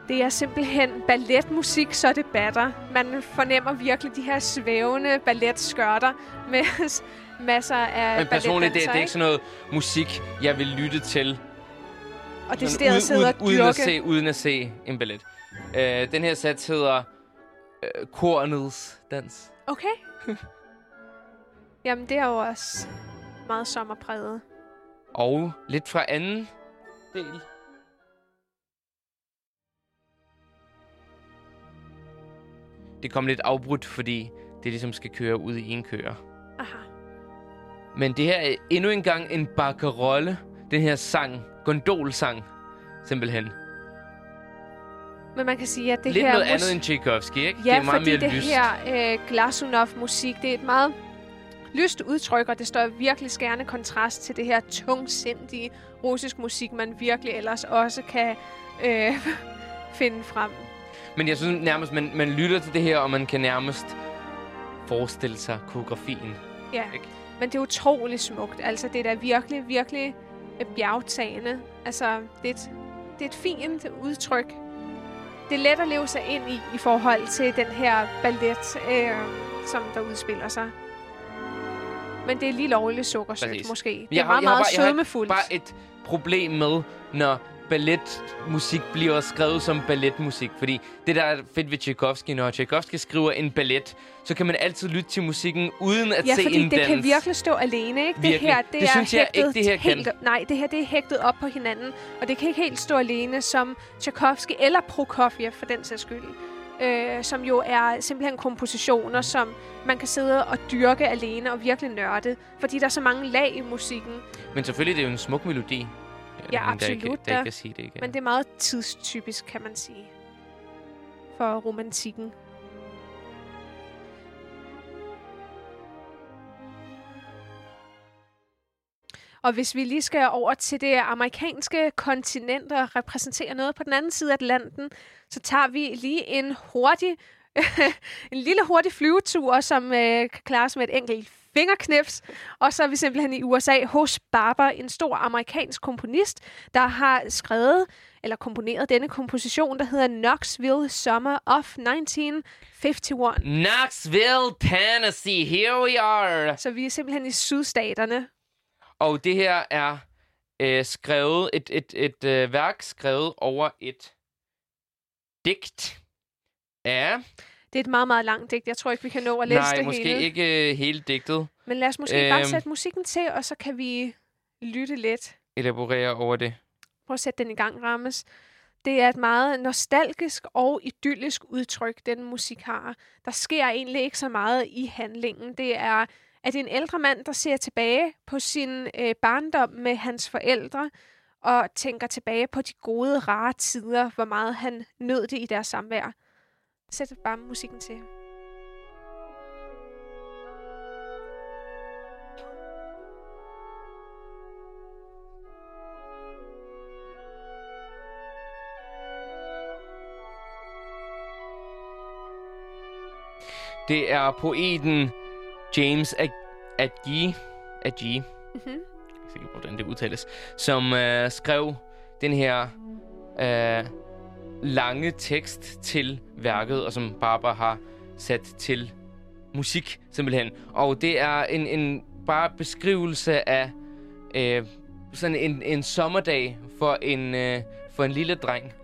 Det er simpelthen balletmusik, så det batter. Man fornemmer virkelig de her svævende balletskørter med masser af Men personligt, det, det er balletdansere, ikke sådan noget musik, jeg vil lytte til. Og det Sådan stedet sidder og uden, at dyrke. se, uden at se en ballet. Øh, den her sats hedder øh, Kornets dans. Okay. Jamen, det er jo også meget sommerpræget. Og lidt fra anden del. Det kom lidt afbrudt, fordi det ligesom skal køre ud i en kører. Aha. Men det her er endnu engang en barcarolle. Den her sang, gondolsang, simpelthen. Men man kan sige, at det Lidt her... noget mus- andet end Tchaikovsky, ikke? Ja, det er meget fordi mere det lyst. her øh, Glazunov-musik, det er et meget lyst udtryk, og det står i virkelig skærende kontrast til det her tungsindige russisk musik, man virkelig ellers også kan øh, finde frem. Men jeg synes nærmest, man, man lytter til det her, og man kan nærmest forestille sig koreografien. Ja, Ikke? men det er utroligt smukt. Altså, det er da virkelig, virkelig øh, bjergtagende. Altså, det er, et, det er et fint udtryk. Det er let at leve sig ind i, i forhold til den her ballet, øh, som der udspiller sig. Men det er lige lovligt sukkersødt, Præcis. måske. Det Jeg er har- meget, jeg har meget bare- jeg har sødmefuldt. Bare et problem med, når balletmusik bliver skrevet som balletmusik. Fordi det, der er fedt ved Tchaikovsky, når Tchaikovsky skriver en ballet, så kan man altid lytte til musikken, uden at Ja, se fordi en det dans. kan virkelig stå alene, ikke? Det Virkelig. her, det, Det er synes jeg hægtet ikke, det her kan. helt, nej, det her det er hægtet op på hinanden, og det kan ikke helt stå alene som Tchaikovsky eller Prokofjev for den sags skyld. Øh, som jo er simpelthen kompositioner, som man kan sidde og dyrke alene og virkelig nørde, fordi der er så mange lag i musikken. Men selvfølgelig det er jo en smuk melodi. Ja, Der ikke, absolut der da. ikke kan sige det igen. Men det er meget tidstypisk, kan man sige, for romantikken. Og hvis vi lige skal over til det amerikanske kontinent og repræsentere noget på den anden side af Atlanten, så tager vi lige en hurtig, en lille hurtig flyvetur, som øh, kan klares med et enkelt fingerknips. Og så er vi simpelthen i U S A hos Barber, en stor amerikansk komponist, der har skrevet eller komponeret denne komposition, der hedder Knoxville Summer of nitten enoghalvfems. Knoxville, Tennessee, here we are! Så vi er simpelthen i sydstaterne. Og det her er øh, skrevet, et, et, et øh, værk skrevet over et digt af... Det er et meget, meget langt digt. Jeg tror ikke, vi kan nå at læse Nej, det måske hele. ikke øh, hele digtet. Men lad os måske øhm, bare Øhm. sætte musikken til, og så kan vi lytte lidt. Elaborere over det. Prøv at sætte den i gang, Rammes. Det er et meget nostalgisk og idyllisk udtryk, den musik har. Der sker egentlig ikke så meget i handlingen. Det er, at en ældre mand, der ser tilbage på sin øh, barndom med hans forældre, og tænker tilbage på de gode, rare tider, hvor meget han nød det i deres samvær. Sæt bare musikken til. Det er poeten James Agee, Agee, Mm-hmm. jeg er sikker på, hvordan det udtales, som øh, skrev den her øh, lange tekst til værket, og som Barbara har sat til musik, simpelthen. Og det er en, en bare beskrivelse af øh, sådan en, en sommerdag for en, øh, for en lille dreng.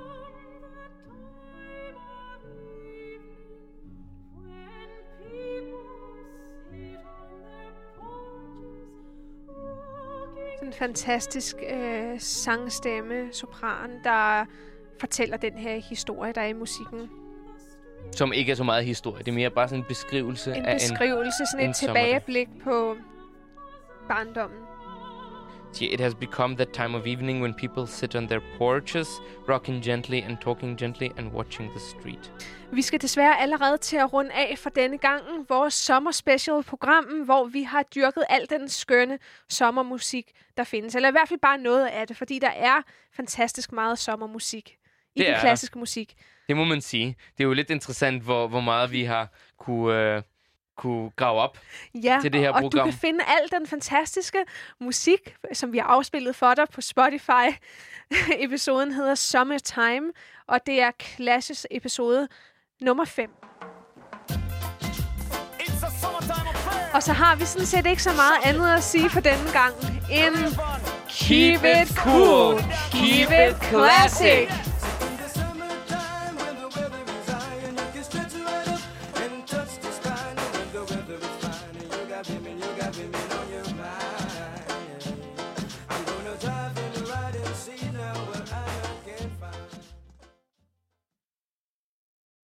En fantastisk øh, sangstemme, sopran, der fortæller den her historie, der er i musikken. Som ikke er så meget historie. Det er mere bare sådan en beskrivelse En af beskrivelse, sådan en et sommerdag. tilbageblik på barndommen. en... It has become that time of evening when people sit on their porches, rocking gently and talking gently and watching the street. Vi skal desværre allerede til at runde af for denne gang. Vores sommerspecial-program, hvor vi har dyrket al den skønne sommermusik, der findes. Eller i hvert fald bare noget af det, fordi der er fantastisk meget sommermusik i Det den er klassiske musik. Det må man sige. Det er jo lidt interessant, hvor, hvor meget vi har kunne, øh, kunne grave op ja, til det her og program. du kan finde al den fantastiske musik, som vi har afspillet for dig på Spotify. Episoden hedder Summertime, og det er Clashes episode nummer fem. Og så har vi sådan set ikke så meget andet at sige for denne gang end Keep it cool, keep it classic.